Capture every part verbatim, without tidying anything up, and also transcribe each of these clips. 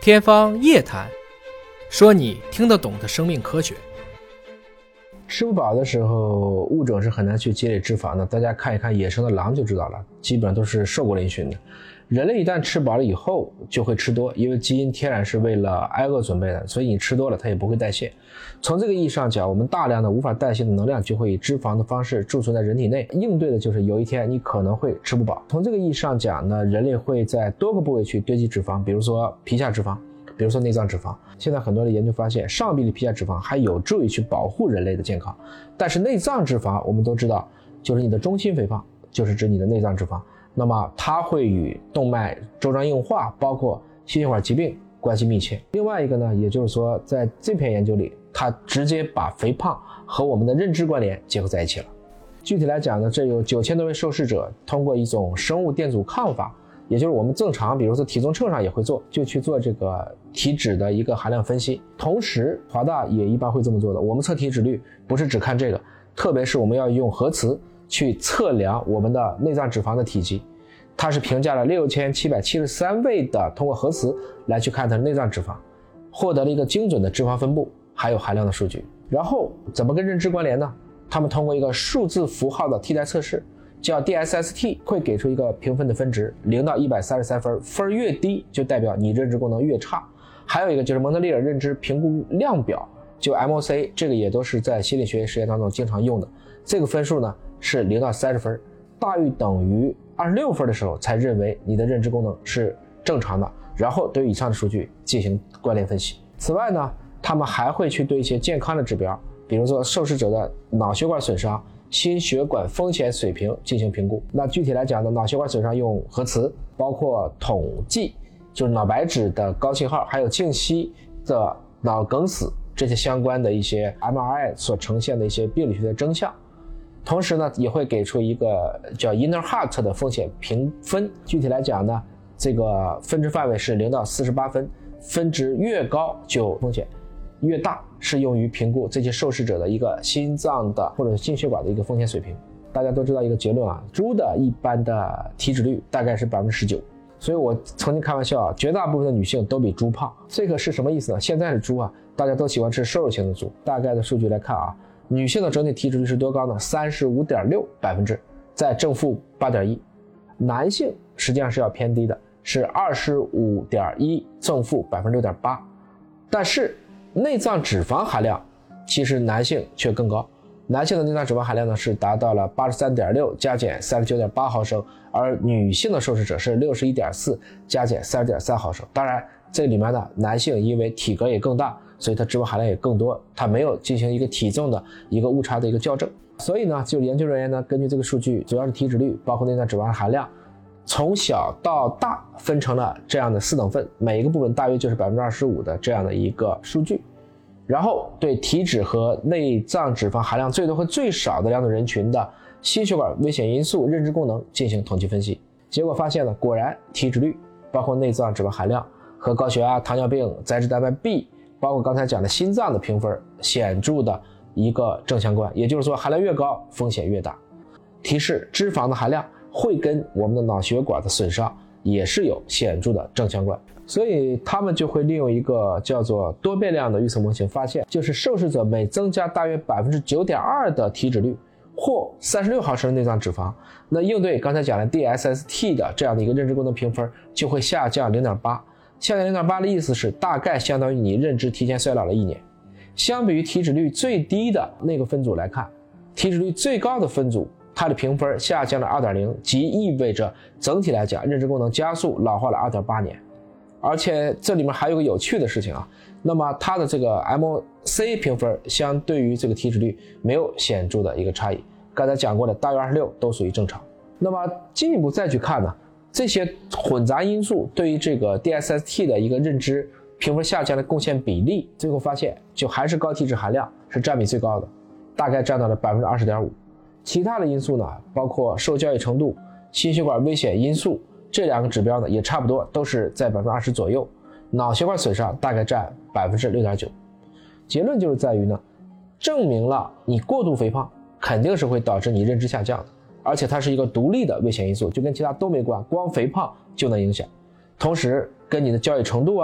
天方夜谭，说你听得懂的生命科学。 吃不饱的时候，物种是很难去积累脂肪的。大家看一看野生的狼就知道了，基本上都是瘦过嶙峋的。人类一旦吃饱了以后就会吃多，因为基因天然是为了挨饿准备的，所以你吃多了它也不会代谢。从这个意义上讲，我们大量的无法代谢的能量就会以脂肪的方式贮存在人体内，应对的就是有一天你可能会吃不饱。从这个意义上讲呢，人类会在多个部位去堆积脂肪，比如说皮下脂肪，比如说内脏脂肪。现在很多的研究发现，上臂的皮下脂肪还有助于去保护人类的健康。但是内脏脂肪我们都知道，就是你的中心肥胖，就是指你的内脏脂肪。那么它会与动脉粥状硬化，包括心血管疾病关系密切。另外一个呢，也就是说在这篇研究里，它直接把肥胖和我们的认知关联结合在一起了。具体来讲呢，这有九千多位受试者通过一种生物电阻抗法，也就是我们正常比如说体重秤上也会做，就去做这个体脂的一个含量分析。同时华大也一般会这么做的，我们测体脂率不是只看这个，特别是我们要用核磁去测量我们的内脏脂肪的体积。它是评价了六千七百七十三位的通过核磁来去看它的内脏脂肪，获得了一个精准的脂肪分布还有含量的数据。然后怎么跟认知关联呢？他们通过一个数字符号的替代测试叫 D S S T， 会给出一个评分的分值，零到一百三十三分，分越低就代表你认知功能越差。还有一个就是蒙特利尔认知评估量表，就 M O C， 这个也都是在心理学实验当中经常用的。这个分数呢是零到三十分，大于等于二十六分的时候才认为你的认知功能是正常的，然后对以上的数据进行关联分析。此外呢，他们还会去对一些健康的指标，比如说受试者的脑血管损伤、心血管风险水平进行评估。那具体来讲呢，脑血管损伤用核磁，包括统计就是脑白质的高信号，还有静息的脑梗死这些相关的一些 M R I 所呈现的一些病理学的征象。同时呢，也会给出一个叫 Inner Heart 的风险评分。具体来讲呢，这个分值范围是零到四十八分，分值越高就风险越大，是用于评估这些受试者的一个心脏的或者心血管的一个风险水平。大家都知道一个结论啊，猪的一般的体脂率大概是 百分之十九， 所以我曾经开玩笑啊，绝大部分的女性都比猪胖。这个是什么意思呢？现在的猪啊，大家都喜欢吃瘦肉型的猪。大概的数据来看啊，女性的整体体脂率是多高呢？ 三十五点六百分之，在正负 八点一。男性实际上是要偏低的，是 二十五点一， 正负 百分之六点八。 但是内脏脂肪含量其实男性却更高，男性的内脏脂肪含量呢是达到了 八十三点六 加减 三十九点八毫升，而女性的受试者是 六十一点四 加减 三十点三毫升。当然这里面呢，男性因为体格也更大，所以它脂肪含量也更多，它没有进行一个体重的一个误差的一个校正。所以呢，就研究人员呢，根据这个数据，主要是体脂率包括内脏脂肪含量，从小到大分成了这样的四等份，每一个部分大约就是 百分之二十五 的这样的一个数据。然后对体脂和内脏脂肪含量最多和最少的两种人群的心血管危险因素认知功能进行统计分析，结果发现呢，果然体脂率包括内脏脂肪含量和高血压、糖尿病、载脂蛋白 B， 包括刚才讲的心脏的评分显著的一个正相关。也就是说，含量越高风险越大。提示脂肪的含量会跟我们的脑血管的损伤也是有显著的正相关。所以他们就会利用一个叫做多变量的预测模型，发现就是受试者每增加大约 百分之九点二 的体脂率或三十六毫升的内脏脂肪，那应对刚才讲的 D S S T 的这样的一个认知功能评分就会下降 零点八。 下降 零点八 的意思是大概相当于你认知提前衰老了一年。相比于体脂率最低的那个分组来看，体脂率最高的分组它的评分下降了 二点零， 即意味着整体来讲认知功能加速老化了 二点八年。而且这里面还有个有趣的事情啊，那么它的这个 M O C 评分相对于这个体脂率没有显著的一个差异，刚才讲过的大约二十六都属于正常。那么进一步再去看呢，这些混杂因素对于这个 D S S T 的一个认知评分下降的贡献比例，最后发现就还是高体脂含量是占比最高的，大概占到了 百分之二十点五。 其他的因素呢，包括受教育程度、心血管危险因素，这两个指标呢也差不多，都是在 百分之二十 左右。脑血管损伤大概占 百分之六点九。 结论就是在于呢，证明了你过度肥胖肯定是会导致你认知下降的，而且它是一个独立的危险因素，就跟其他都没关，光肥胖就能影响。同时跟你的教育程度啊、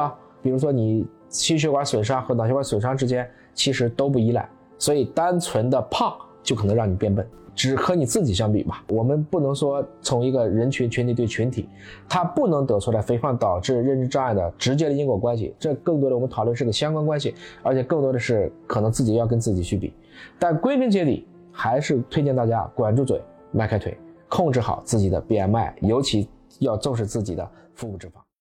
比如说你心血管损伤和脑血管损伤之间其实都不依赖，所以单纯的胖就可能让你变笨，只和你自己相比吧。我们不能说从一个人群群体对群体，它不能得出来肥胖导致认知障碍的直接的因果关系，这更多的我们讨论是个相关关系，而且更多的是可能自己要跟自己去比。但归根结底还是推荐大家管住嘴，迈开腿，控制好自己的 B M I， 尤其要重视自己的腹部脂肪。